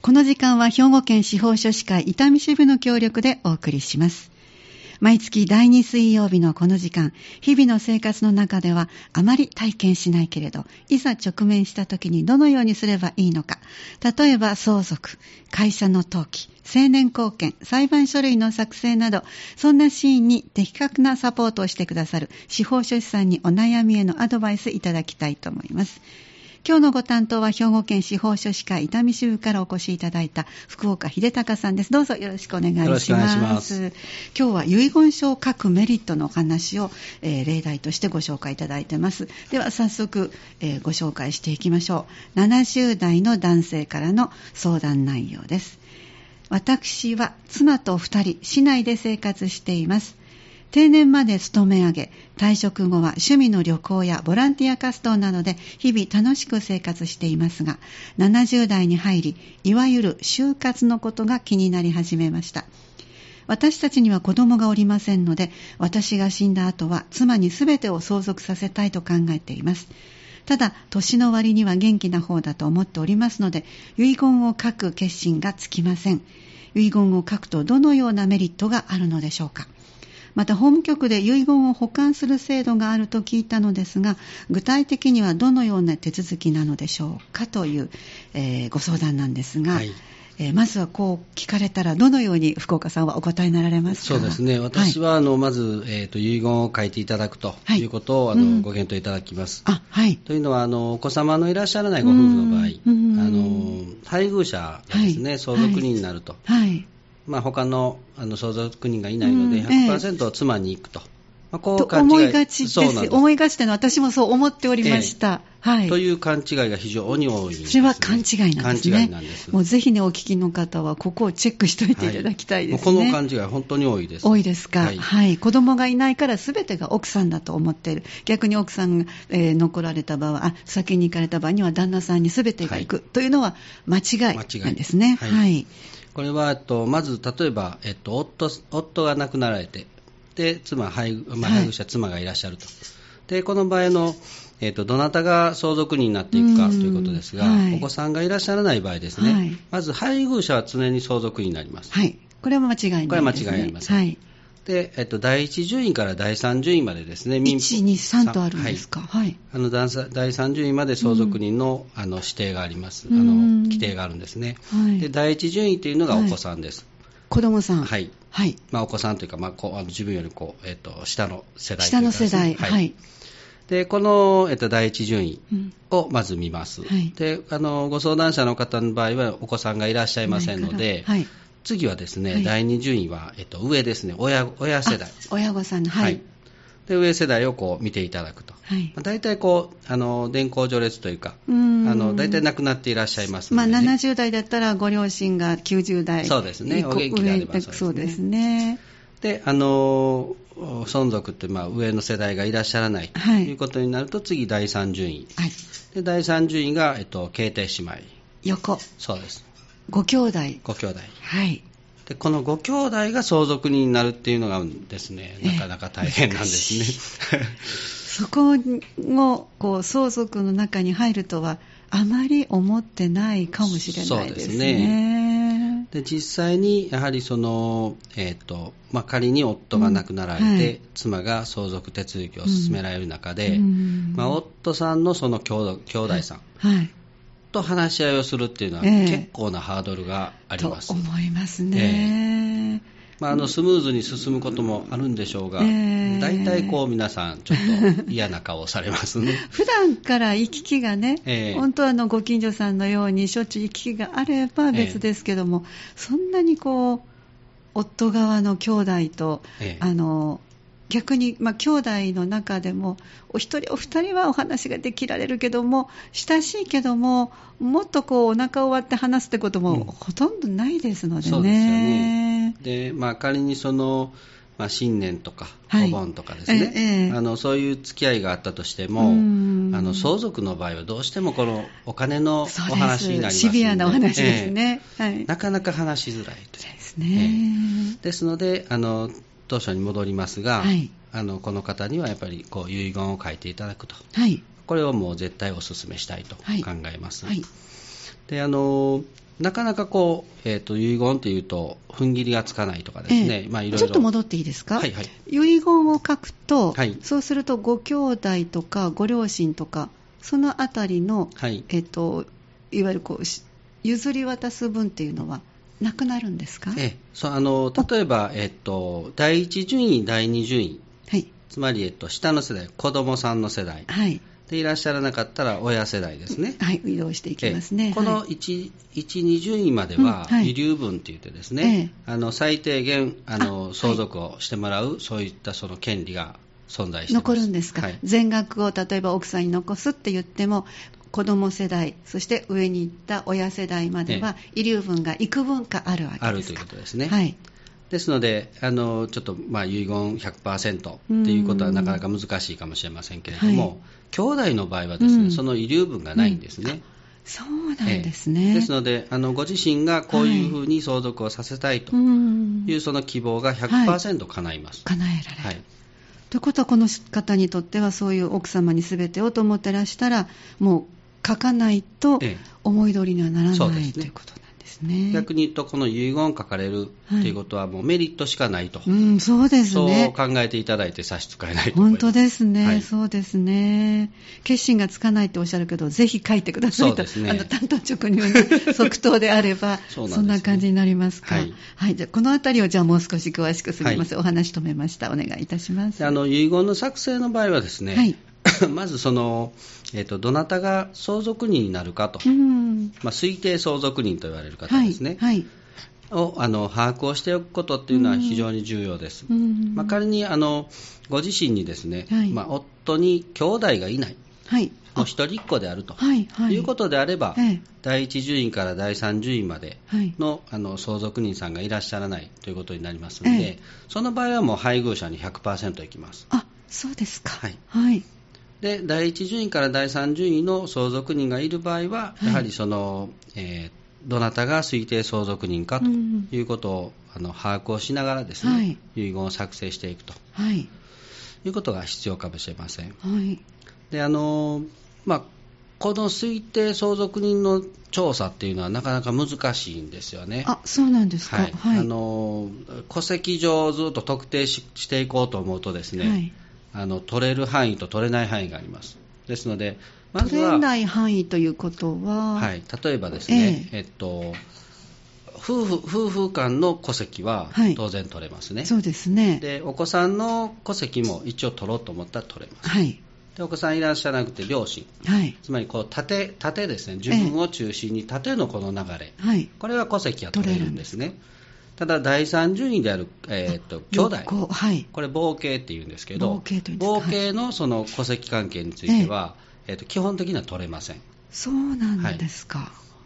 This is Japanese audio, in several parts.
この時間は兵庫県司法書士会伊丹支部の協力でお送りします。毎月第2水曜日のこの時間、日々の生活の中ではあまり体験しないけれど、いざ直面した時にどのようにすればいいのか、例えば相続、会社の登記、成年後見、裁判書類の作成など、そんなシーンに的確なサポートをしてくださる司法書士さんにお悩みへのアドバイスいただきたいと思います。今日のご担当は兵庫県司法書士会伊丹支部からお越しいただいた福岡秀隆さんです。どうぞよろしくお願いします。 よろしくお願いします。 今日は遺言書を書くメリットのお話を、例題としてご紹介いただいています。では早速、ご紹介していきましょう。70代の男性からの相談内容です。私は妻と2人市内で生活しています。定年まで勤め上げ、退職後は趣味の旅行やボランティア活動などで日々楽しく生活していますが、70代に入り、いわゆる就活のことが気になり始めました。私たちには子供がおりませんので、私が死んだ後は妻に全てを相続させたいと考えています。ただ、年の割には元気な方だと思っておりますので、遺言を書く決心がつきません。遺言を書くとどのようなメリットがあるのでしょうか。また法務局で遺言を保管する制度があると聞いたのですが、具体的にはどのような手続きなのでしょうかという、ご相談なんですが、まずはこう聞かれたらどのように福岡さんはお答えになられますか。 そうですね、私はまず、遺言を書いていただくということを、ご検討いただきます。というのはお子様のいらっしゃらないご夫婦の場合、配偶者がですね、相続人になると、他の相続人がいないので 100% 妻に行くと、こう勘違い思いがちです。思いがちというのは私もそう思っておりました。 という勘違いが非常に多いんですね。 それは勘違いなんですね。 勘違いなんです。 もうぜひね、お聞きの方はここをチェックしておいていただきたいですね。 この勘違いは本当に多いです。 多いですか。子供がいないから全てが奥さんだと思っている。逆に奥さんが、残られた場合、先に行かれた場合には旦那さんに全てが行く、というのは間違いなんですね。 これはまず例えば、夫が亡くなられて、で配偶者妻がいらっしゃると。でこの場合の、どなたが相続人になっていくかということですが、お子さんがいらっしゃらない場合ですね、まず配偶者は常に相続人になります。 これは間違いないですね。 これは間違いありません。で第1順位から第3順位までですね、 1、2、3とあるんですか。 第3順位まで相続人の、指定があります。規定があるんですね。で第1順位というのがお子さんです。 子供さん。 お子さんというか、自分より下の世代というか、 下の世代。 でこの、第1順位をまず見ます。でご相談者の方の場合はお子さんがいらっしゃいませんので、次はですね、第2順位は、上ですね、親世代。 親御さんの、 で上世代を見ていただくと。大体年功序列というか、大体亡くなっていらっしゃいますので、 70代だったらご両親が90代。 そうですね、お元気であればそうですね。 で、相続って、上の世代がいらっしゃらないということになると、次第3順位。で第3順位が、兄弟姉妹。 横。 そうです。 ご兄弟。 でこのご兄弟が相続人になるっていうのがですね、なかなか大変なんですね。 そこを相続の中に入るとはあまり思ってないかもしれないですね。そうですね。 で実際にやはり仮に夫が亡くなられて、妻が相続手続きを進められる中で、夫さんのその兄弟さん、と話し合いをするっていうのは結構なハードルがあります。 と思いますね。 スムーズに進むこともあるんでしょうが、大体皆さんちょっと嫌な顔をされますね。 普段から行き来がね、本当はご近所さんのようにしょっちゅう行き来があれば別ですけども、そんなに夫側の兄弟と、逆に、兄弟の中でもお一人お二人はお話ができられるけども、親しいけどももっとお腹を割って話すってこともほとんどないですのでね。 そうですよね。で、仮に新年とかお盆とかですね、そういう付き合いがあったとしても、相続の場合はどうしてもこのお金のお話になりますので、 シビアなお話ですね。 なかなか話しづらいですね。 ですので当初に戻りますが、この方にはやっぱり遺言を書いていただくと、これをもう絶対お勧めしたいと考えます。でなかなかこう、遺言というと踏ん切りがつかないとかですね、いろいろちょっと戻っていいですか。 はいはい、 遺言を書くと、 はい、 そうするとご兄弟とかご両親とかそのあたりの、はい、いわゆるこう譲り渡す分っていうのはなくなるんですか。例えば、第一順位第二順位、 はい、つまり、下の世代、子供さんの世代、はい、でいらっしゃらなかったら親世代ですね。 はい、移動していきますね。 この 1、2順位までは遺留分といってですね、最低限相続をしてもらう、そういったその権利が存在しています。 残るんですか。はい、全額を例えば奥さんに残すって言っても、子供世代、そして上に行った親世代までは遺留分が幾分かあるわけですか。 あるということですね。 はい、 ですので、ちょっと遺言 100% っていうことはなかなか難しいかもしれませんけれども、はい、兄弟の場合はですね、その遺留分がないんですね。 そうなんですね。 ですので、ご自身がこういうふうに相続をさせたいというその希望が 100% 叶います。 叶えられる。はい、ということは、この方にとってはそういう奥様に全てをと思ってらしたら、もう書かないと思い通りにはならない、ということなんですね。 逆に言うと、この遺言を書かれるということはもうメリットしかないと、 そうですね。 そう考えていただいて差し支えないと思います。 本当ですね、はい、そうですね。決心がつかないっておっしゃるけど、ぜひ書いてくださいと。そうですね。単刀直入の即答であればそんな感じになりますか。はい、はい、じゃあこのあたりをじゃあもう少し詳しくすみません、はい、お話止めました。お願いいたします。 遺言の作成の場合はですね、はい、まずどなたが相続人になるかと、推定相続人と言われる方ですね、はいはい、を把握をしておくことっていうのは非常に重要です。仮にご自身にですね、はい、夫に兄弟がいない、はい、もう一人っ子であると、はいはい、いうことであれば、第一順位から第三順位まで の相続人さんがいらっしゃらないということになりますので、その場合はもう配偶者に 100% いきます。 あ、そうですか。 はい、 はい、 で第一順位から第三順位の相続人がいる場合は、やはりどなたが推定相続人かということを、把握をしながらですね、はい、遺言を作成していくと、はい、いうことが必要かもしれません。はい、でこの推定相続人の調査っていうのはなかなか難しいんですよね。 あ、そうなんですか。はいはい、 戸籍上ずっと特定 していこうと思うとですね、はい、取れる範囲と取れない範囲があります。ですのでまずは取れない範囲ということは、 はい、例えばですね、夫婦間の戸籍は当然取れますね。 そうですね。 でお子さんの戸籍も一応取ろうと思ったら取れます。はい、でお子さんいらっしゃらなくて両親、はい、つまりこう縦ですね、自分を中心に縦のこの流れ、はい、これは戸籍は取れるんですね。ただ第三順位である、兄弟、はい、これ傍系っていうんですけど、傍系のその戸籍関係については、基本的には取れません。 そうなんですか。はい、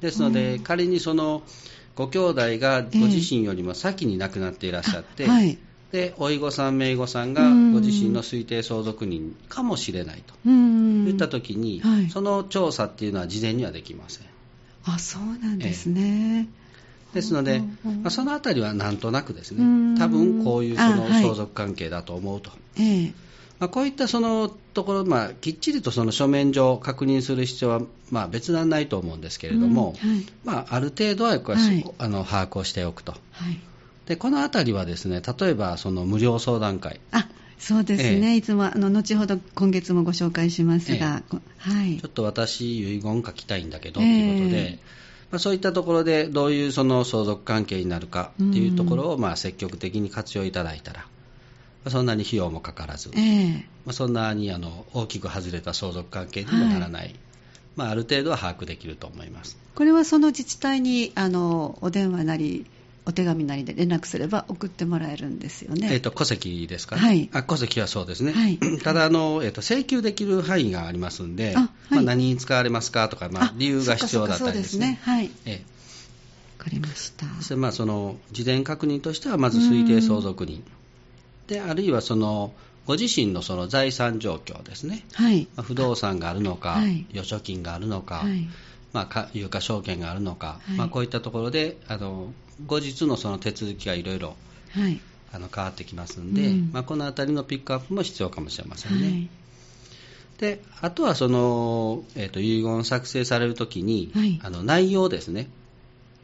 ですので、仮にそのご兄弟がご自身よりも先に亡くなっていらっしゃって、はい、で甥御さん姪御さんがご自身の推定相続人かもしれないといったときに、はい、その調査っていうのは事前にはできません。 あ、そうなんですね。 ですので、そのあたりはなんとなくですね、多分こういうその相続関係だと思うと、こういったそのところ、きっちりとその書面上確認する必要は別段ないと思うんですけれども、ある程度は把握をしておくと、はい、でこのあたりはですね、例えばその無料相談会、 そうですね、いつも後ほど今月もご紹介しますが、はい、 ちょっと私遺言書きたいんだけどということで、そういったところでどういうその相続関係になるかというところを積極的に活用いただいたら、そんなに費用もかからず、そんなに大きく外れた相続関係にもならない、はい、ある程度は把握できると思います。 これはその自治体にお電話なりお手紙なりで連絡すれば送ってもらえるんですよね。 戸籍ですかね。 はい、 戸籍はそうですね。はい、ただ請求できる範囲がありますんで、はい、何に使われますかとか、理由が必要だったりですね。 はい。わかりました。 そしてその事前確認としてはまず推定相続人で、あるいはそのご自身のその財産状況ですね。はい。不動産があるのか、はい、預貯金があるのか、はい、有価証券があるのか、はい、こういったところで後日のその手続きがいろいろ変わってきますので、このあたりのピックアップも必要かもしれませんね。はい、であとはその、遺言作成されるときに、はい、内容ですね。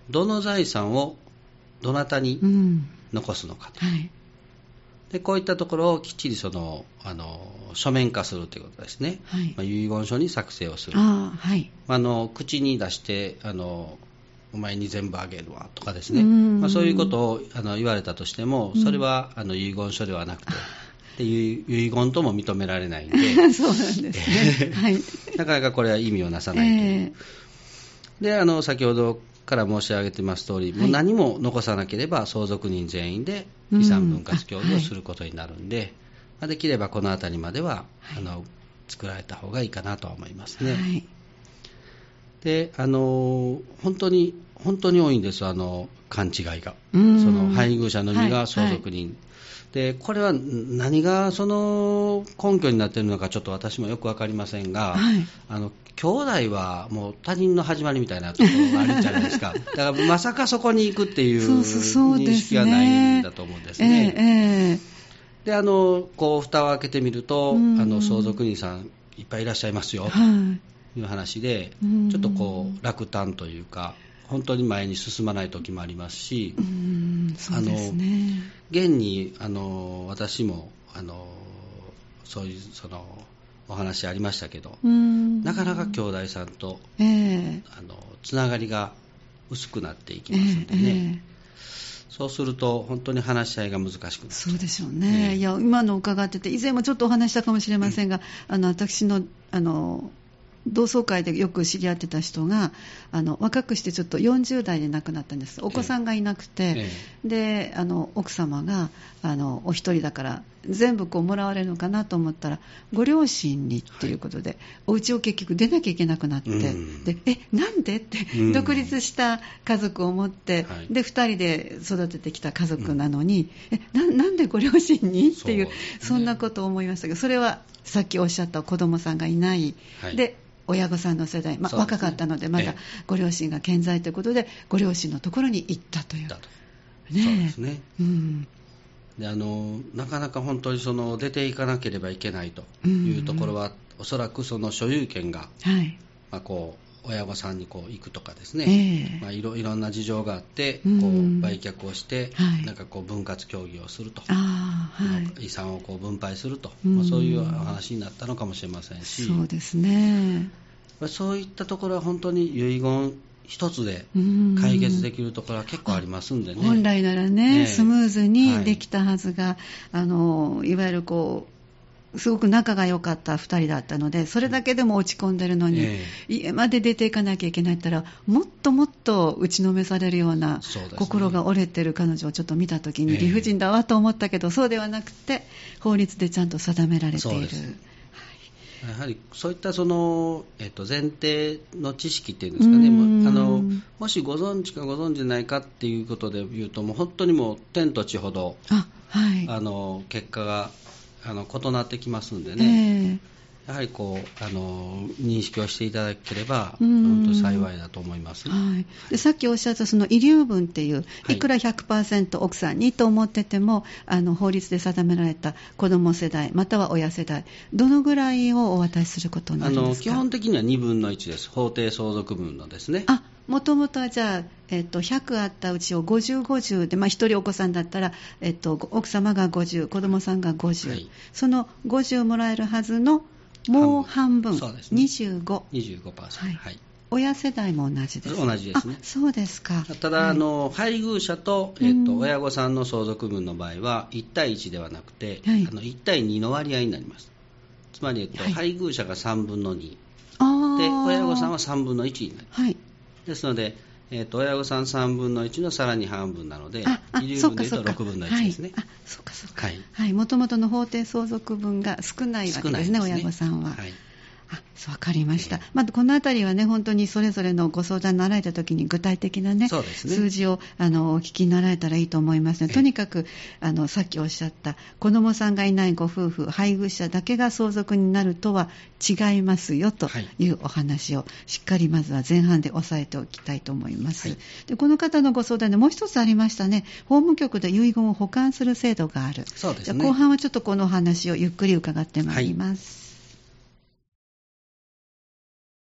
どの財産をどなたに残すのかと、でこういったところをきっちり書面化するということですね、遺言書に作成をする、口に出してお前に全部あげるわとかですね、そういうことを言われたとしても、それは遺言書ではなくて、で遺言とも認められないんでそうなんですね、 なかなかこれは意味をなさないという、で先ほどから申し上げてます通り、もう何も残さなければ相続人全員で遺産分割協議をすることになるんで、できればこのあたりまでは、作られた方がいいかなとは思いますね。で本当に多いんです、勘違いが。その配偶者のみが相続人、でこれは何がその根拠になっているのかちょっと私もよく分かりませんが、兄弟はもう他人の始まりみたいなところがあるんじゃないですか。だからまさかそこに行くっていう認識はないんだと思うんですね。でこう蓋を開けてみると、相続人さんいっぱいいらっしゃいますよという話で、ちょっとこう落胆というか、本当に前に進まない時もありますし、 そうですね、 現に私もそういうお話ありましたけど、なかなか兄弟さんと、つながりが薄くなっていきますのでね、そうすると本当に話し合いが難しくなる。 そうでしょうね、いや今の伺ってて、以前もちょっとお話したかもしれませんが、私の同窓会でよく知り合ってた人が若くしてちょっと40代で亡くなったんです。お子さんがいなくて、で奥様がお一人だから全部こうもらわれるのかなと思ったら、ご両親にっていうことで、お家を結局出なきゃいけなくなって、でなんでって、独立した家族を持って、で2人で育ててきた家族なのに、なんでご両親にっていう、そんなことを思いましたけど、それはさっきおっしゃった子供さんがいない、で親御さんの世代、若かったのでまだご両親が健在ということで、ご両親のところに行ったという。そうですね、でなかなか本当に出ていかなければいけないというところは、おそらくその所有権が、こう親御さんにこう行くとかですね、いろんな事情があってこう売却をして、なんかこう分割協議をすると、遺産をこう分配すると、そういうお話になったのかもしれませんし、 そうですね、 そういったところは本当に遺言一つで解決できるところは結構ありますんでね。 本来ならね、スムーズにできたはずが、いわゆるこうすごく仲が良かった2人だったので、それだけでも落ち込んでるのに、家まで出ていかなきゃいけないって言ったら、もっともっと打ちのめされるような、心が折れてる彼女をちょっと見たときに、理不尽だわと思ったけど、そうではなくて法律でちゃんと定められている。 やはりそういった前提の知識っていうんですかね、もしご存知かご存知ないかっていうことで言うと、もう本当にもう天と地ほど結果が異なってきますんでね、やはりこう認識をしていただければ本当に幸いだと思います、 でさっきおっしゃったその遺留分っていう、いくら 100% 奥さんにと思ってても、法律で定められた子ども世代または親世代、どのぐらいをお渡しすることになるんですか？ 基本的には2分の1です。法定相続分のですね。 もともとはじゃあ、100あったうちを50、50で、1人お子さんだったら、奥様が50、子供さんが50、その50もらえるはずのもう半分、 そうですね、 25%、親世代も同じです。 同じですね。 そうですか。 ただ、配偶者と、親御さんの相続分の場合は1対1ではなくて、1対2の割合になります。つまり、配偶者が3分の2で、親御さんは3分の1になります。ですので、親御さん3分の1のさらに半分なので、遺留分でいうと6分の1ですね。 そうかそうか。もともとの法定相続分が少ないわけですね、親御さんは。わかりました。このあたりはね、本当にそれぞれのご相談になられたときに具体的なね、数字をお聞きになられたらいいと思いますね。とにかくさっきおっしゃった子供さんがいないご夫婦、配偶者だけが相続になるとは違いますよというお話をしっかりまずは前半で押さえておきたいと思います。でこの方のご相談でもう一つありましたね。法務局で遺言を保管する制度がある。 そうですね。 じゃ後半はちょっとこのお話をゆっくり伺ってまいります。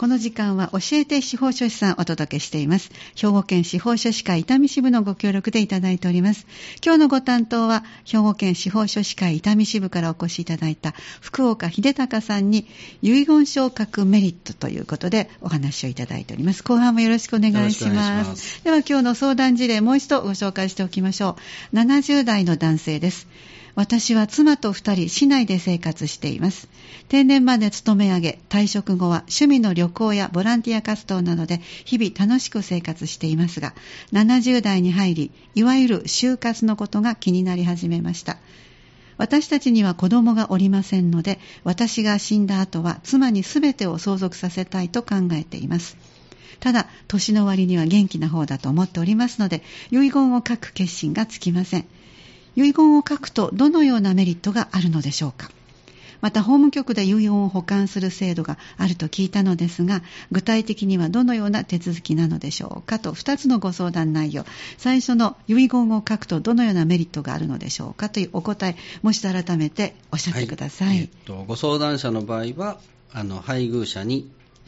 この時間は教えて司法書士さんお届けしています。兵庫県司法書士会伊丹支部のご協力でいただいております。今日のご担当は兵庫県司法書士会伊丹支部からお越しいただいた福岡秀隆さんに遺言書を書くメリットということでお話をいただいております。後半もよろしくお願いします。では今日の相談事例もう一度ご紹介しておきましょう。70代の男性です。私は妻と2人市内で生活しています。定年まで勤め上げ、退職後は趣味の旅行やボランティア活動などで日々楽しく生活していますが、70代に入り、いわゆる終活のことが気になり始めました。私たちには子供がおりませんので、私が死んだ後は妻に全てを相続させたいと考えています。ただ、年の割には元気な方だと思っておりますので、遺言を書く決心がつきません。遺言を書くとどのようなメリットがあるのでしょうか。また法務局で遺言を保管する制度があると聞いたのですが、具体的にはどのような手続きなのでしょうかと2つのご相談内容。最初の遺言を書くとどのようなメリットがあるのでしょうかというお答え、もう一度改めておっしゃってください。 ご相談者の場合は配偶者に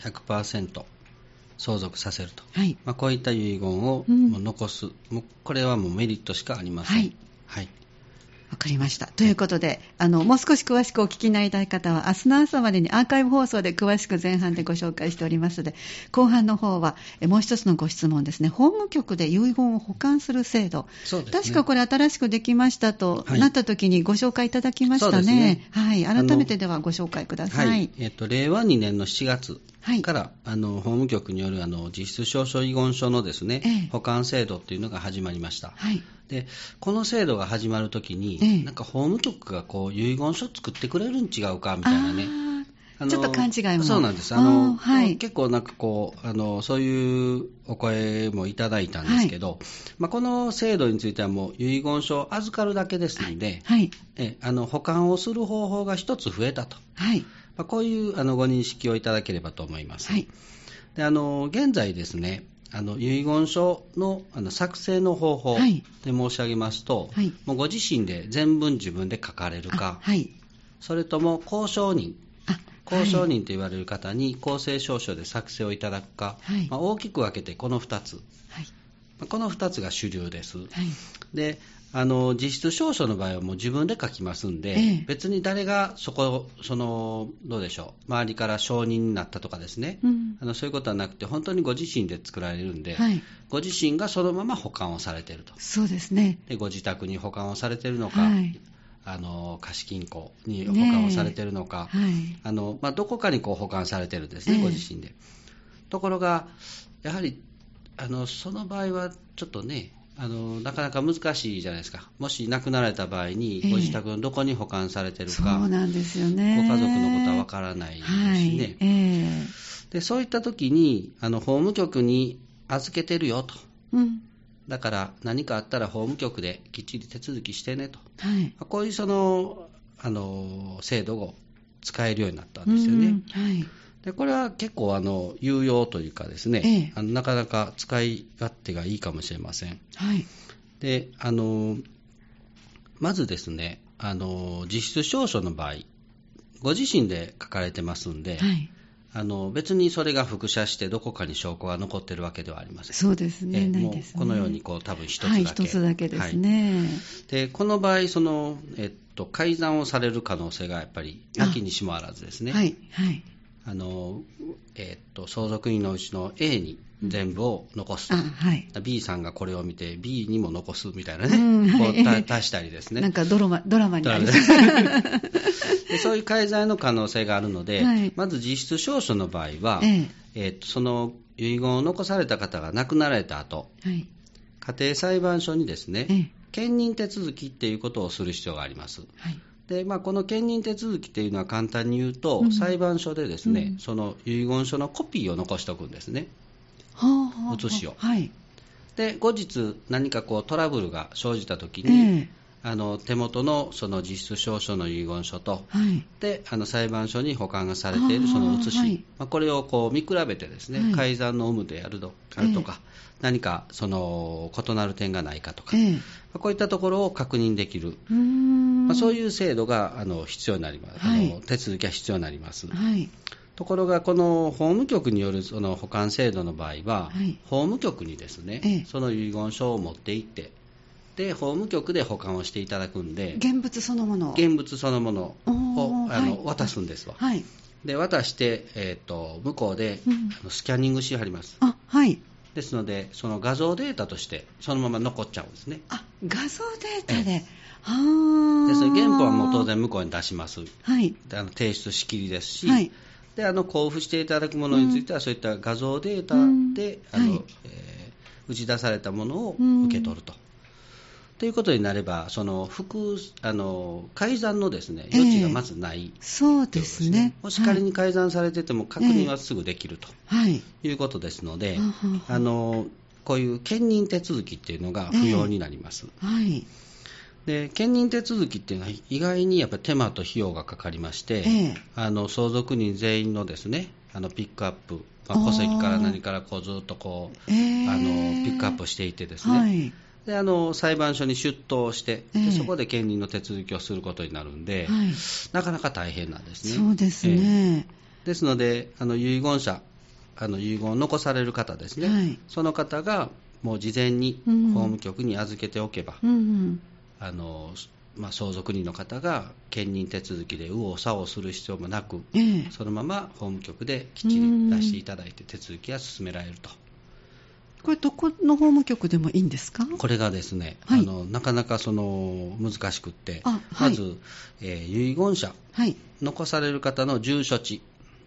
100% 相続させると、こういった遺言を残す、もうこれはもうメリットしかありません。 わかりました。ということで、もう少し詳しくお聞きになりたい方は、明日の朝までにアーカイブ放送で詳しく前半でご紹介しておりますので、後半の方はもう一つのご質問ですね。法務局で遺言を保管する制度。そうですね、確かこれ新しくできましたとなった時にご紹介いただきましたね。改めてではご紹介ください。 令和2年の7月から、法務局による実質証書遺言書のですね、保管制度というのが始まりました。でこの制度が始まるときに、なんか法務局が遺言書作ってくれるん違うかみたいなね、 ちょっと勘違いも。 そうなんです。結構なんかそういうお声もいただいたんですけど、この制度についてはもう遺言書を預かるだけですので、保管をする方法が一つ増えたと、こういうご認識をいただければと思います。で現在ですね、遺言書の作成の方法で申し上げますと、もうご自身で全文自分で書かれるか、それとも公証人と言われる方に公正証書で作成をいただくか、大きく分けてこの2つ、この2つが主流です。で実質証書の場合はもう自分で書きますんで、別に誰がどうでしょう、周りから承認になったとかですね、そういうことはなくて、本当にご自身で作られるんで、ご自身がそのまま保管をされていると。 そうですね。 でご自宅に保管をされているのか、貸金庫に保管をされているのか、どこかに保管されているんですね、ご自身で。ところがやはりその場合はちょっとね、なかなか難しいじゃないですか。もし亡くなられた場合に、ご自宅のどこに保管されているか、 そうなんですよね、 ご家族のことはわからないですしね、でそういった時に法務局に預けてるよと、だから何かあったら法務局できっちり手続きしてねと、こういう制度を使えるようになったんですよね。でこれは結構有用というかですね、なかなか使い勝手がいいかもしれません。でまずですね、実質証書の場合、ご自身で書かれてますんで、別にそれが複写してどこかに証拠が残ってるわけではありません。 そうですね、ないですね。 もうこのように多分一つだけ、 一つだけですね。でこの場合改ざんをされる可能性がやっぱりなきにしもあらずですね。相続人のうちの A に全部を残す、B さんがこれを見て B にも残すみたいなね、足したりですね、 なんかドラマにありそうでそういう改ざんの可能性があるので、まず実質証書の場合は、その遺言を残された方が亡くなられた後、家庭裁判所にですね、兼任手続きっていうことをする必要があります。でこの兼任手続きというのは簡単に言うと、裁判所でですね、その遺言書のコピーを残しておくんですね、写しを。で後日何かトラブルが生じたときに、手元のその実質証書の遺言書と、で裁判所に保管がされているその写し、これを見比べてですね、改ざんの有無であるとか、何か異なる点がないかとか、こういったところを確認できる、そういう制度が必要になります。手続きが必要になります。 ところがこの法務局によるその保管制度の場合は、法務局にですね、その遺言書を持って行ってで法務局で保管をしていただくんで、 現物そのものを渡すんですわ。で渡して、向こうで、スキャンニングしはります。ですのでその画像データとしてそのまま残っちゃうんですね。 画像データで、 でそれ原本はもう当然向こうに出します。で提出しきりですし、で交付していただくものについては、そういった画像データで、打ち出されたものを受け取ると。ということになれば、その改ざんのですね、余地がまずない、 そうですね。 もし仮に改ざんされてても確認はすぐできると、いうことですので、こういう権認手続きっていうのが不要になります。で権認手続きっていうのは意外にやっぱり手間と費用がかかりまして、相続人全員のですねピックアップ、戸籍から何からこうずっとこう、ピックアップしていてですね、で裁判所に出頭して、でそこで権利の手続きをすることになるんで、なかなか大変なんですね。 そうですね。 ですので遺言者遺言を残される方ですね、その方がもう事前に法務局に預けておけば、相続人の方が権認手続きで右往左往する必要もなく、そのまま法務局できっちり出していただいて手続きが進められると。 これどこの法務局でもいいんですか？ これがですね、なかなか難しくって、まず、遺言者、残される方の住所地、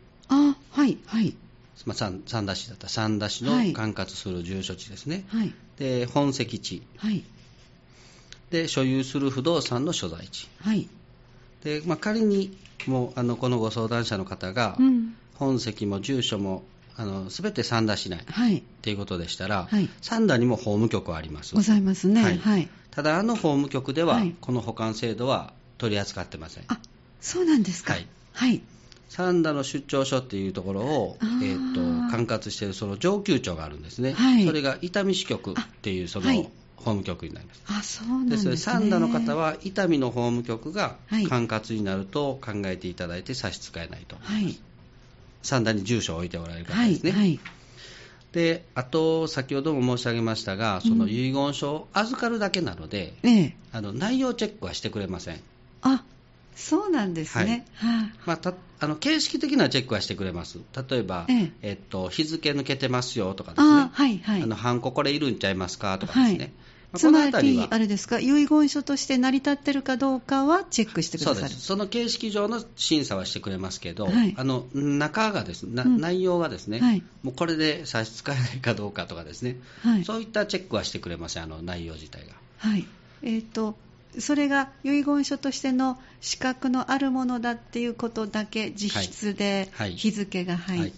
三田市だったら三田市の管轄する住所地ですね、で本籍地、で所有する不動産の所在地、で仮にもうこのご相談者の方が、本籍も住所もすべて三田市内ということでしたら、三田にも法務局はあります。 ございますね。 ただ法務局では、この保管制度は取り扱ってません。 そうなんですか。 三田の出張所っていうところを、管轄しているその上級庁があるんですね。それが伊丹支局っていうその、法務局になります。 そうなんですね。 三田の方は伊丹の法務局が管轄になると考えていただいて差し支えないと。三田に住所を置いておられる方ですね。であと先ほども申し上げましたが、その遺言書を預かるだけなので、内容チェックはしてくれません。 そうなんですね。 形式的なチェックはしてくれます。例えば、日付抜けてますよとかですね、ハンコこれいるんちゃいますかとかですね、 つまりあれですか、遺言書として成り立ってるかどうかはチェックしてくださる。 そうです。その形式上の審査はしてくれますけど、中がですね、内容がですね、もうこれで差し支えないかどうかとかですね、そういったチェックはしてくれません、内容自体が。 それが遺言書としての資格のあるものだっていうことだけ実質で日付が入って、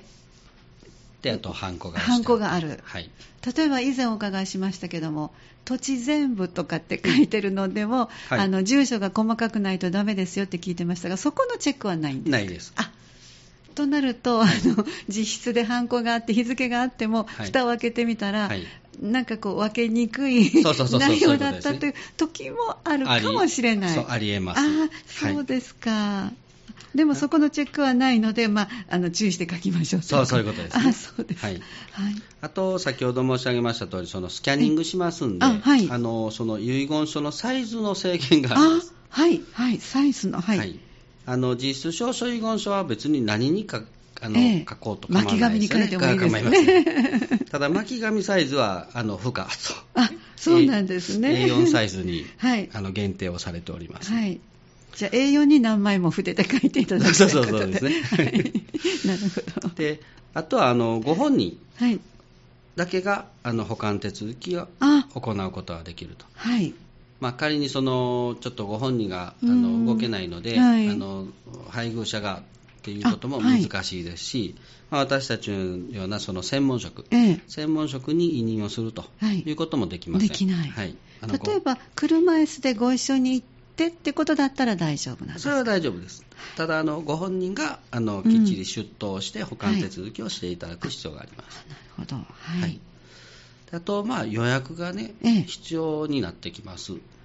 であとハンコがある。例えば以前お伺いしましたけども、土地全部とかって書いてるのでも、住所が細かくないとダメですよって聞いてましたが、そこのチェックはないんですか？ ないです。 となると実質でハンコがあって日付があっても、蓋を開けてみたら、なんかこう分けにくい内容だったという時もあるかもしれない。 ありえます。 そうですか。でもそこのチェックはないので、注意して書きましょう。 そういうことですね。 そうです。 あと先ほど申し上げました通り、そのスキャニングしますんで、その遺言書のサイズの制限があります。 サイズの実質証書遺言書は別に何に書こうと構わないですよね。巻き紙に書いてもいいですね。 ただ巻き紙サイズは不可と。 そうなんですね。 A4 サイズに、限定をされております。 じゃあ A4 に何枚も筆で書いていただくということで。 そうですね。 なるほど。 で、あとはご本人だけが保管手続きを行うことができると。仮にちょっとご本人が動けないので、配偶者がっていうことも難しいですし、私たちのようなその専門職に委任をするということもできません。 できない。例えば車椅子でご一緒に行ってってことだったら大丈夫なんですか？ それは大丈夫です。ただご本人がきっちり出頭して保管手続きをしていただく必要があります。 なるほど。 あと予約がね、必要になってきます。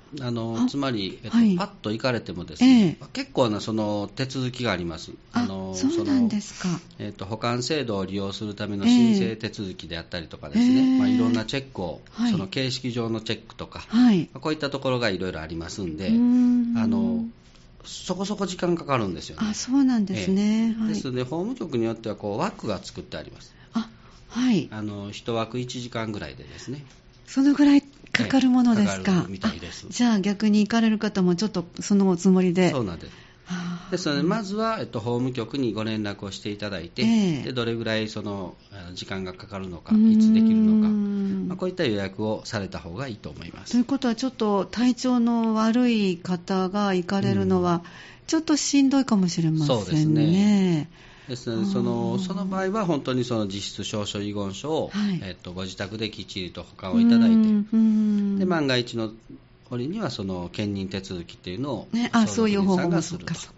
つまり、パッと行かれてもですね、結構なその手続きがあります。 そうなんですか。 保管制度を利用するための申請手続きであったりとかですね、いろんなチェックを、その形式上のチェックとか、こういったところがいろいろありますんで、そこそこ時間かかるんですよね。 そうなんですね。 ですので、法務局によっては枠が作ってあります。1枠1時間ぐらいでですね。 そのぐらいかかるものですか。 かかるみたいです。 じゃあ逆に行かれる方もちょっとそのおつもりで。 そうなんです。ですので、まずは、法務局にご連絡をしていただいて、でどれぐらいその時間がかかるのか、いつできるのか、こういった予約をされた方がいいと思います。 ということは、ちょっと体調の悪い方が行かれるのは、ちょっとしんどいかもしれませんね。 そうですね。ですので、その場合は本当にその実質証書遺言書を、ご自宅できっちりと保管をいただいて、で万が一の折にはその兼任手続きっていうのを、 そういう方法もすると。 はい、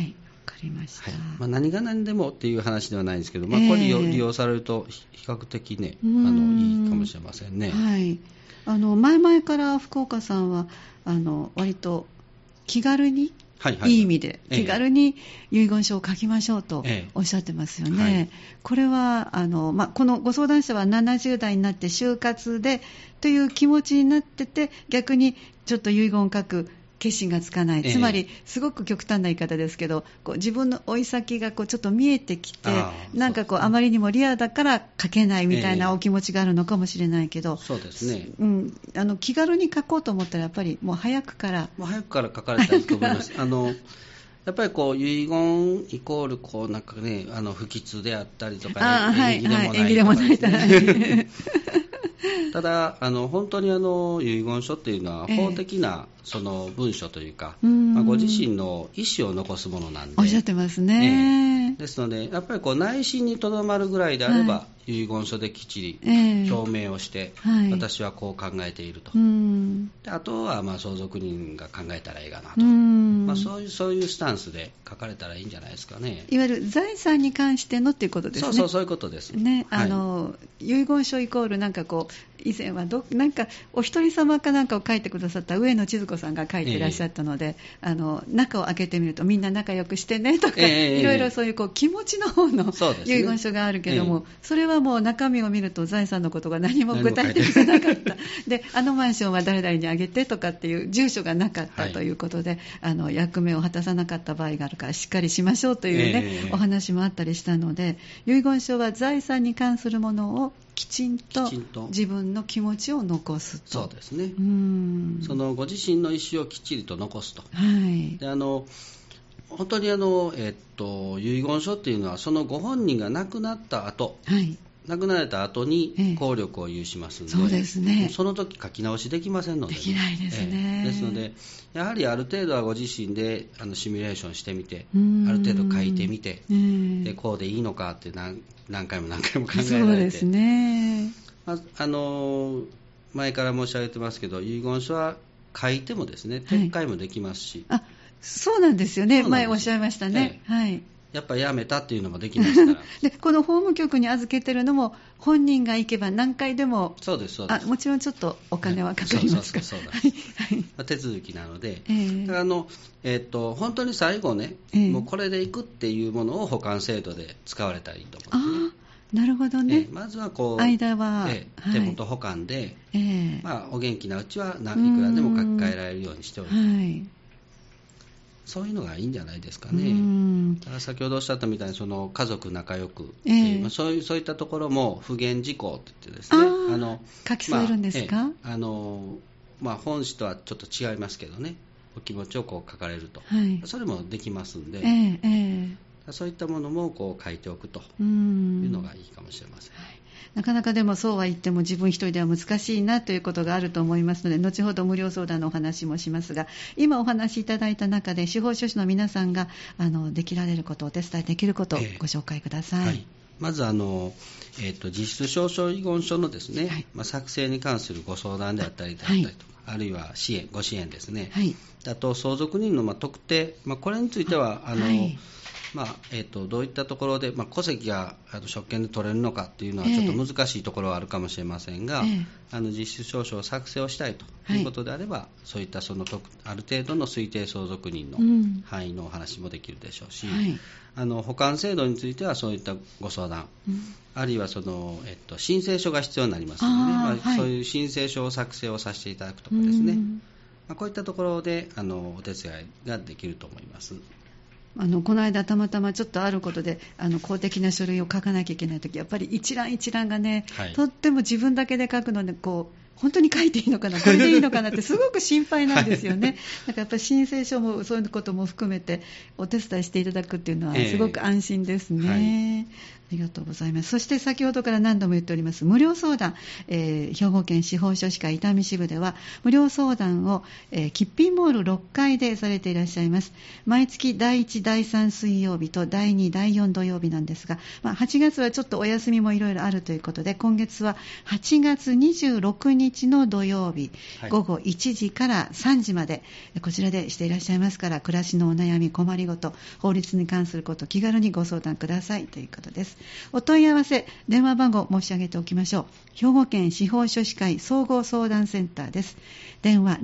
わかりました。 何が何でもっていう話ではないんですけど、これ利用されると比較的ね、いいかもしれませんね。 前々から福岡さんは割と気軽に、いい意味で気軽に遺言書を書きましょうとおっしゃってますよね。これはこのご相談者は70代になって就活でという気持ちになってて、逆にちょっと遺言を書く決心がつかない、つまりすごく極端な言い方ですけど、自分の追い先がちょっと見えてきて、なんかあまりにもリアだから書けないみたいなお気持ちがあるのかもしれないけど、 そうですね、 気軽に書こうと思ったらやっぱりもう早くから書かれたらいいと思います。やっぱり遺言イコールなんかね、不吉であったりとか、縁起でもないとかですね。ただ本当に遺言書っていうのは法的なその文書というか、ご自身の意思を残すものなんで、 おっしゃってますね。 ですのでやっぱり内心にとどまるぐらいであれば、遺言書できっちり表明をして、私はこう考えていると、であとは相続人が考えたらいいかなと、そういうスタンスで書かれたらいいんじゃないですかね。 いわゆる財産に関してのっていうことですね。 そういうことですね。遺言書イコールなんか以前はなんかお一人様かなんかを書いてくださった上野千鶴子さんが書いていらっしゃったので、中を開けてみるとみんな仲良くしてねとか、いろいろそういう気持ちの方の遺言書があるけども、それはもう中身を見ると財産のことが何も具体的じゃなかったで、マンションは誰々にあげてとかっていう住所がなかったということで、役目を果たさなかった場合があるからしっかりしましょうというね、お話もあったりしたので、遺言書は財産に関するものをきちんと自分の気持ちを残すと。 そうですね。そのご自身の意思をきっちりと残すと。で本当に遺言書っていうのはそのご本人が亡くなった後、亡くなられた後に効力を有しますので、 そうですね、 その時書き直しできませんので、 できないですね。 ですのでやはりある程度はご自身でシミュレーションしてみて、ある程度書いてみて、でこうでいいのかって何回も考えられて、 そうですね。 前から申し上げてますけど、遺言書は書いてもですね、撤回もできますし、 そうなんですよね。前おっしゃいましたね。 やっぱりやめたっていうのもできますからでこの法務局に預けてるのも本人が行けば何回でも、 そうですもちろんちょっとお金はかかりますから手続きなので、だから本当に最後ね、もうこれで行くっていうものを保管制度で使われたらいいと思うんですね。 なるほどね。 まずは間は、 手元保管で、お元気なうちはいくらでも書き換えられるようにしておいて、そういうのがいいんじゃないですかね。だから先ほどおっしゃったみたいに家族仲良く、そういったところも不言事項といってですね、 書き添えるんですか。 本紙とはちょっと違いますけどね、お気持ちを書かれると、それもできますんで、そういったものも書いておくというのがいいかもしれません。 なかなかでもそうは言っても自分一人では難しいなということがあると思いますので、後ほど無料相談のお話もしますが、今お話しいただいた中で司法書士の皆さんができられること、お手伝いできることをご紹介ください。 まず実質証書遺言書のですね、作成に関するご相談であったりとか、あるいはご支援ですね、あと相続人の特定、これについてはどういったところで、戸籍が職権で取れるのかっていうのはちょっと難しいところはあるかもしれませんが、 実質証書を作成をしたいということであれば、そういったある程度の推定相続人の範囲のお話もできるでしょうし、保管制度についてはそういったご相談、あるいは申請書が必要になりますので、そういう申請書を作成をさせていただくとかですね、こういったところでお手伝いができると思います。 この間たまたまちょっとあることで公的な書類を書かなきゃいけないとき、やっぱり一覧一覧がね、とっても自分だけで書くので本当に書いていいのかな、これでいいのかなってすごく心配なんですよね。だからやっぱり申請書もそういうことも含めてお手伝いしていただくっていうのはすごく安心ですね。ありがとうございます。そして先ほどから何度も言っております無料相談、兵庫県司法書士会伊丹支部では無料相談を、キッピンモール6階でされていらっしゃいます。毎月第1、第3水曜日と第2、第4土曜日なんですが、8月はちょっとお休みもいろいろあるということで、今月は8月26日の土曜日、午後1時から3時までこちらでしていらっしゃいますから、暮らしのお悩み、困りごと、法律に関すること、気軽にご相談くださいということです。お問い合わせ電話番号申し上げておきましょう。兵庫県司法書士会総合相談センターです。電話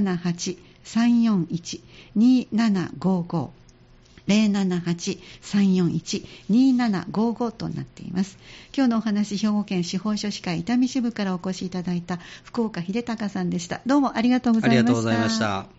078-341-2755 078-341-2755 となっています。今日のお話、兵庫県司法書士会伊丹支部からお越しいただいた福岡秀隆さんでした。どうもありがとうございました。 ありがとうございました。